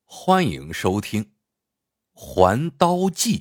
欢迎收听《还刀记》。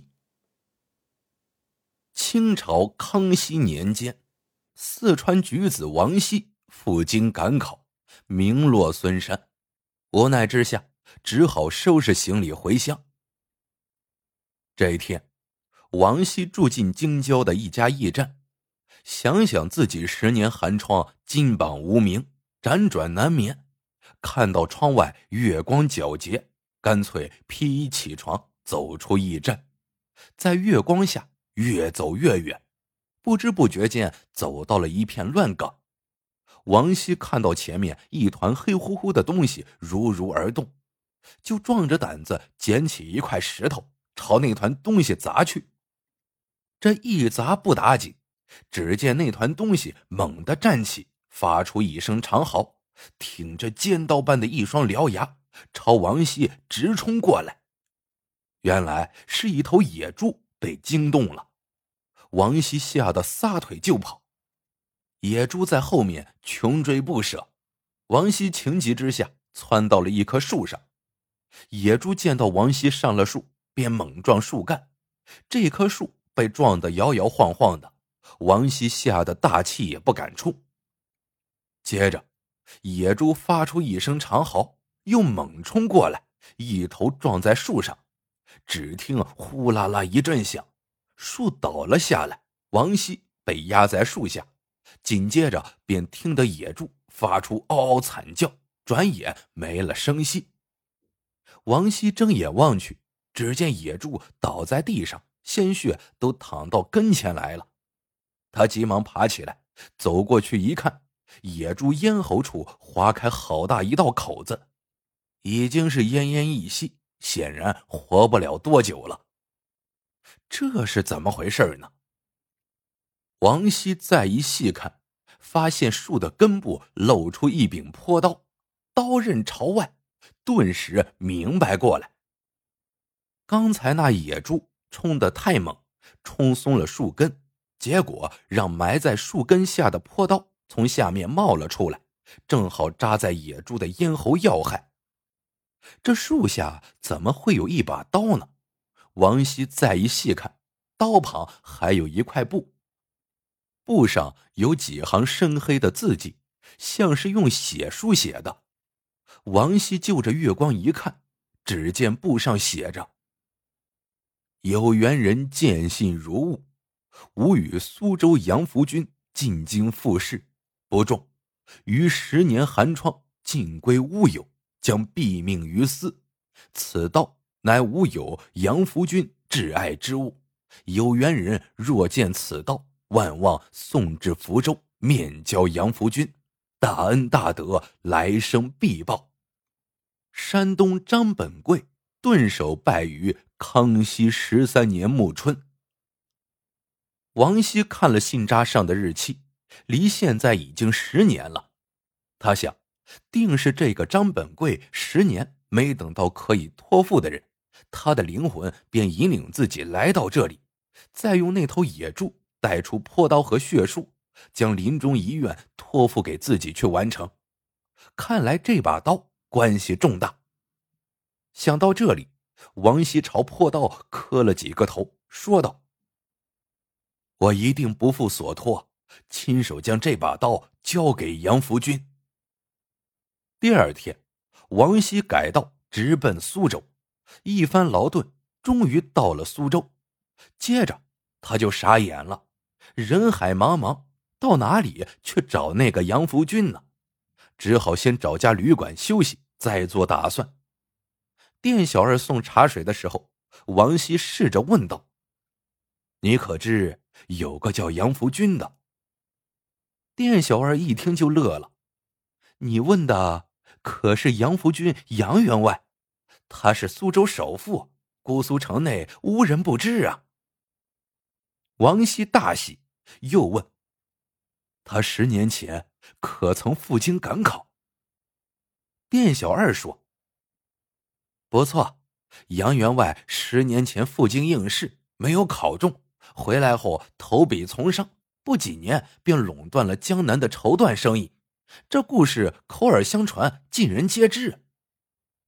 清朝康熙年间，四川举子王熙赴京赶考，名落孙山，无奈之下只好收拾行李回乡。这一天，王熙住进京郊的一家驿站，想想自己10年寒窗，金榜无名，辗转难眠，看到窗外月光皎洁，干脆披衣起床，走出驿站，在月光下越走越远，不知不觉间走到了一片乱岗。王熙看到前面一团黑乎乎的东西如如而动，就壮着胆子捡起一块石头，朝那团东西砸去。这一砸不打紧，只见那团东西猛地站起，发出一声长嚎，挺着尖刀般的一双獠牙，朝王熙直冲过来。原来是一头野猪被惊动了，王熙吓得撒腿就跑，野猪在后面穷追不舍。王熙情急之下窜到了一棵树上，野猪见到王熙上了树，便猛撞树干，这棵树被撞得摇摇晃晃的，王熙吓得大气也不敢出。接着野猪发出一声长嚎，又猛冲过来，一头撞在树上，只听呼啦啦一阵响，树倒了下来，王熙被压在树下，紧接着便听得野猪发出嗷嗷惨叫，转眼没了声息。王熙睁眼望去，只见野猪倒在地上，鲜血都淌到跟前来了。他急忙爬起来，走过去一看，野猪咽喉处划开好大一道口子，已经是奄奄一息，显然活不了多久了。这是怎么回事呢？王熙再一细看，发现树的根部露出一柄坡刀，刀刃朝外，顿时明白过来。刚才那野猪冲得太猛，冲松了树根，结果让埋在树根下的坡刀从下面冒了出来，正好扎在野猪的咽喉要害。这树下怎么会有一把刀呢？王熙再一细看，刀旁还有一块布，布上有几行深黑的字迹，像是用血书写的。王熙就着月光一看，只见布上写着：有缘人见信如晤，吾与苏州杨福军进京复试，不中，于10年寒窗，尽归乌有，将毙命于斯。此刀乃吾友杨福军挚爱之物，有缘人若见此刀，万望送至福州，面交杨福军，大恩大德，来生必报。山东张本贵顿首败于康熙13年暮春。王熙看了信札上的日期，离现在已经10年了。他想，定是这个张本贵10年没等到可以托付的人，他的灵魂便引领自己来到这里，再用那头野猪带出坡刀和血书，将临终遗愿托付给自己去完成。看来这把刀关系重大。想到这里，王熙朝坡刀磕了几个头，说道：我一定不负所托，亲手将这把刀交给杨福军。第二天，王熙改道直奔苏州，一番劳顿，终于到了苏州。接着他就傻眼了，人海茫茫，到哪里去找那个杨福军呢？只好先找家旅馆休息，再做打算。店小二送茶水的时候，王熙试着问道：你可知有个叫杨福军的？店小二一听就乐了：你问的可是杨福军杨员外，他是苏州首富，姑苏城内无人不知啊。王熙大喜，又问：他10年前可曾赴京赶考？店小二说：不错，杨员外10年前赴京应试，没有考中，回来后投笔从商，不几年便垄断了江南的绸缎生意，这故事口耳相传，尽人皆知。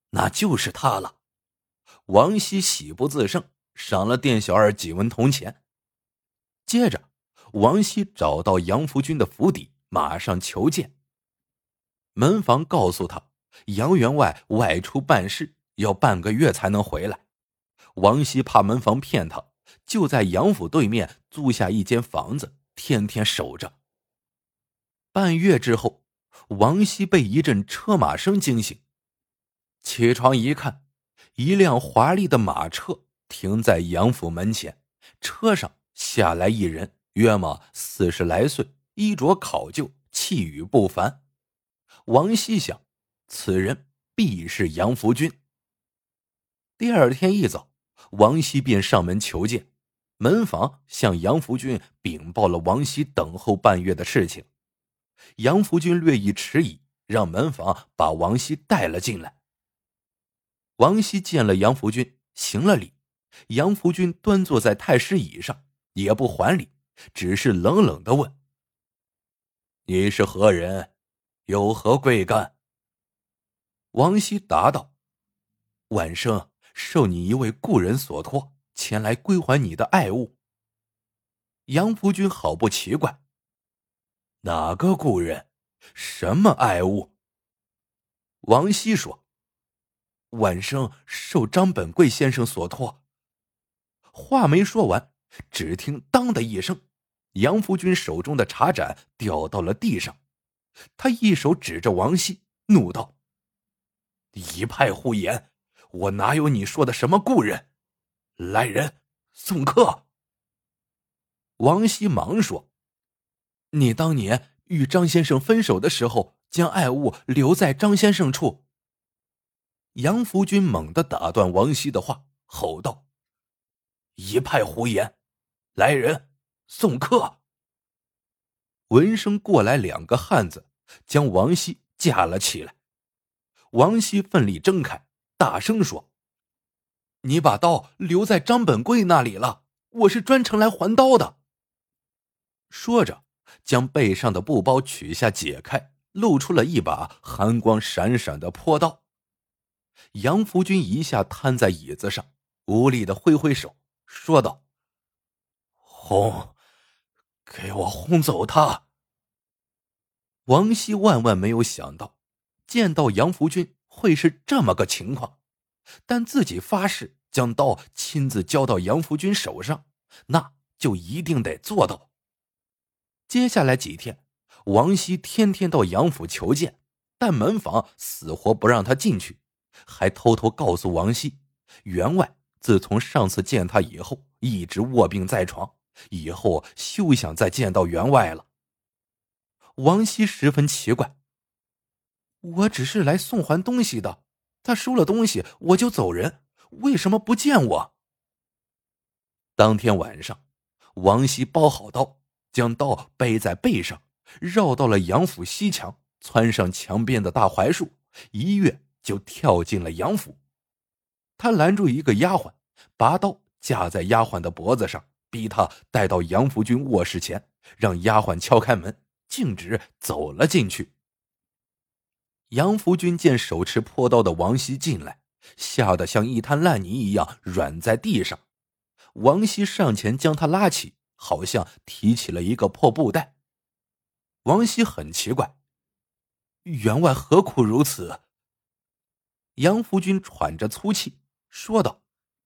那就是他了。王熙喜不自胜，赏了店小二几文铜钱。接着，王熙找到杨福军的府邸，马上求见。门房告诉他，杨员外外出办事，要半个月才能回来。王熙怕门房骗他，就在杨府对面租下一间房子，天天守着。半月之后，王熙被一阵车马声惊醒，起床一看，一辆华丽的马车停在杨府门前，车上下来一人，约莫40来岁，衣着考究，气宇不凡。王熙想，此人必是杨福军。第二天一早，王熙便上门求见，门房向杨福军禀报了王熙等候半月的事情。杨福军略一迟疑，让门房把王熙带了进来。王熙见了杨福军，行了礼。杨福军端坐在太师椅上，也不还礼，只是冷冷地问：“你是何人？有何贵干？”王熙答道：“晚生受你一位故人所托，前来归还你的爱物。”杨福军好不奇怪：“哪个故人？什么爱物？”王熙说：“晚生受张本贵先生所托。”话没说完，只听当的一声，杨福军手中的茶盏掉到了地上。他一手指着王熙，怒道：“一派胡言！我哪有你说的什么故人？来人，送客！”王熙忙说：“你当年与张先生分手的时候，将爱物留在张先生处。”杨福军猛地打断王熙的话，吼道：“一派胡言！来人，送客！”闻声过来2个汉子，将王熙架了起来。王熙奋力挣开，大声说：“你把刀留在张本贵那里了，我是专程来还刀的。”说着，将背上的布包取下解开，露出了一把寒光闪闪的坡刀。杨福军一下瘫在椅子上，无力地挥挥手，说道：“轰！给我轰走他！”王熙万万没有想到，见到杨福军会是这么个情况，但自己发誓将刀亲自交到杨福军手上，那就一定得做到。接下来几天，王熙天天到杨府求见，但门房死活不让他进去，还偷偷告诉王熙，员外自从上次见他以后，一直卧病在床，以后休想再见到员外了。王熙十分奇怪：“我只是来送还东西的，他收了东西我就走人，为什么不见我？”当天晚上，王熙包好刀，将刀背在背上，绕到了杨府西墙，窜上墙边的大槐树，一跃就跳进了杨府。他拦住一个丫鬟，拔刀架在丫鬟的脖子上，逼他带到杨福军卧室前，让丫鬟敲开门，径直走了进去。杨福军见手持破刀的王熙进来，吓得像一滩烂泥一样软在地上。王熙上前将他拉起，好像提起了一个破布袋。王熙很奇怪：“员外何苦如此？”杨福军喘着粗气说道：“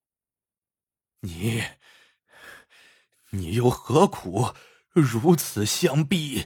你又何苦如此相逼？”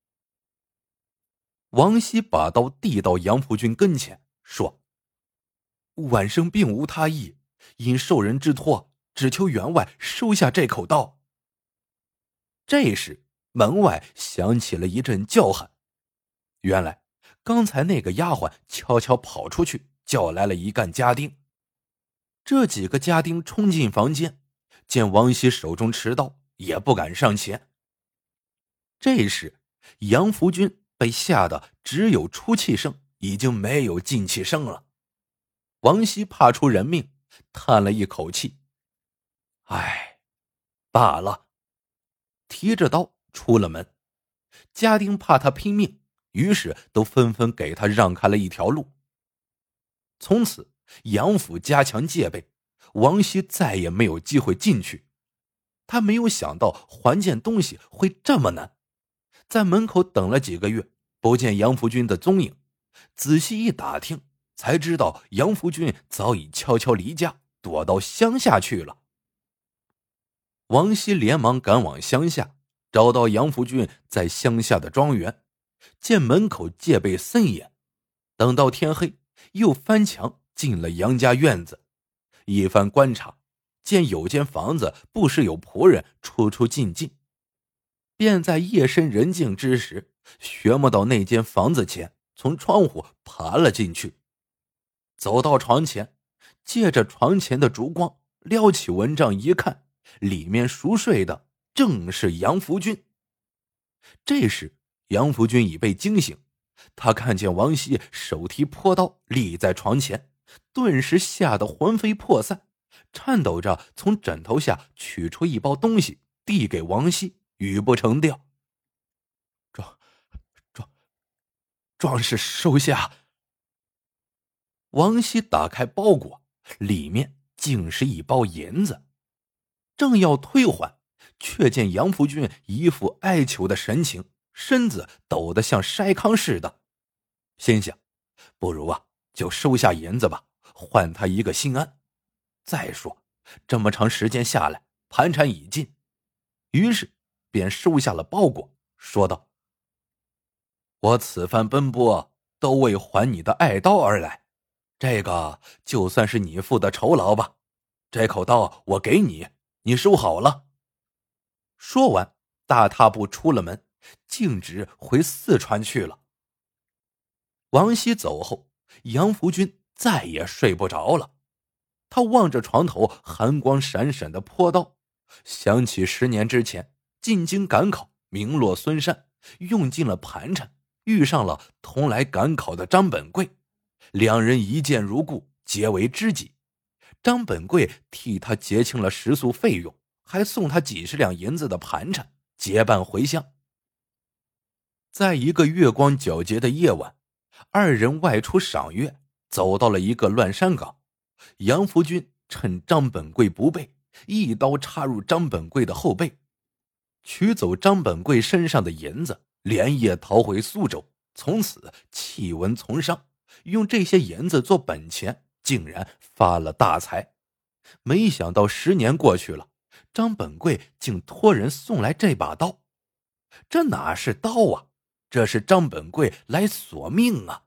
王熙把刀递到杨福军跟前，说：“晚生并无他意，因受人之托，只求员外收下这口刀。”这时门外响起了一阵叫喊，原来刚才那个丫鬟悄悄跑出去，叫来了一干家丁。这几个家丁冲进房间，见王熙手中持刀，也不敢上前。这时杨福军被吓得只有出气声，已经没有进气声了。王熙怕出人命，叹了一口气：“唉，罢了。”提着刀出了门。家丁怕他拼命，于是都纷纷给他让开了一条路。 从此杨府加强戒备，王熙再也没有机会进去。他没有想到还件东西会这么难，在门口等了几个月，不见杨福军的踪影，仔细一打听，才知道杨福军早已悄悄离家，躲到乡下去了。王熙连忙赶往乡下，找到杨福军在乡下的庄园，见门口戒备森严，等到天黑，又翻墙进了杨家院子，一番观察，见有间房子不时有仆人出出进进，便在夜深人静之时，寻摸到那间房子前，从窗户爬了进去。走到床前，借着床前的烛光，撩起蚊帐一看，里面熟睡的正是杨福军。这时杨福军已被惊醒，他看见王熙手提朴刀立在床前，顿时吓得魂飞魄散，颤抖着从枕头下取出一包东西递给王熙，语不成调：壮士收下。王熙打开包裹，里面竟是一包银子，正要退还，却见杨福军一副哀求的神情，身子抖得像筛糠似的，心想不如就收下银子吧，换他一个心安。再说这么长时间下来，盘缠已尽，于是便收下了包裹，说道：我此番奔波都为还你的爱刀而来，这个就算是你付的酬劳吧，这口刀我给你，你收好了。说完，大踏步出了门，径直回四川去了。王熙走后，杨福军再也睡不着了。他望着床头寒光闪闪的朴刀，想起10年之前进京赶考，名落孙山，用尽了盘缠，遇上了同来赶考的张本贵，两人一见如故，结为知己。张本贵替他结清了食宿费用，还送他几十两银子的盘缠，结伴回乡。在一个月光皎洁的夜晚，二人外出赏月，走到了一个乱山岗。杨福军趁张本贵不备，一刀插入张本贵的后背，取走张本贵身上的银子，连夜逃回苏州，从此弃文从商，用这些银子做本钱，竟然发了大财。没想到10年过去了，张本贵竟托人送来这把刀。这哪是刀啊，这是张本贵来索命啊！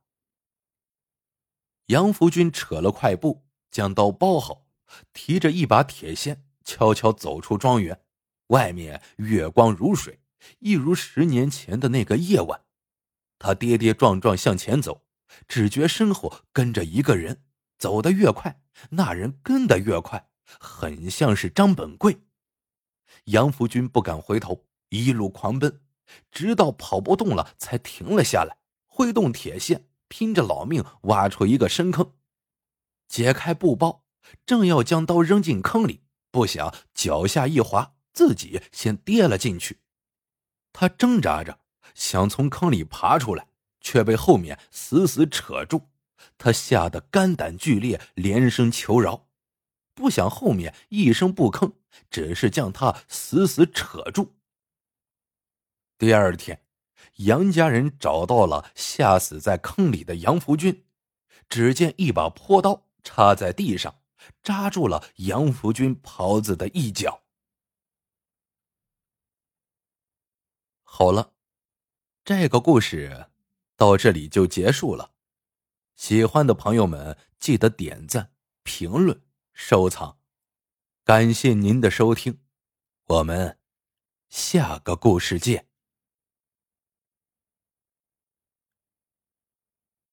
杨福军扯了块布，将刀包好，提着一把铁锨，悄悄走出庄园。外面月光如水，一如10年前的那个夜晚。他跌跌撞撞向前走，只觉身后跟着一个人，走得越快，那人跟得越快，很像是张本贵。杨福军不敢回头，一路狂奔，直到跑不动了才停了下来，挥动铁锨，拼着老命挖出一个深坑，解开布包，正要将刀扔进坑里，不想脚下一滑，自己先跌了进去。他挣扎着想从坑里爬出来，却被后面死死扯住，他吓得肝胆俱裂，连声求饶。不想后面一声不吭，只是将他死死扯住。第二天，杨家人找到了吓死在坑里的杨福军，只见一把朴刀插在地上，扎住了杨福军袍子的一角。好了，这个故事到这里就结束了。喜欢的朋友们记得点赞、评论、收藏。感谢您的收听，我们下个故事见。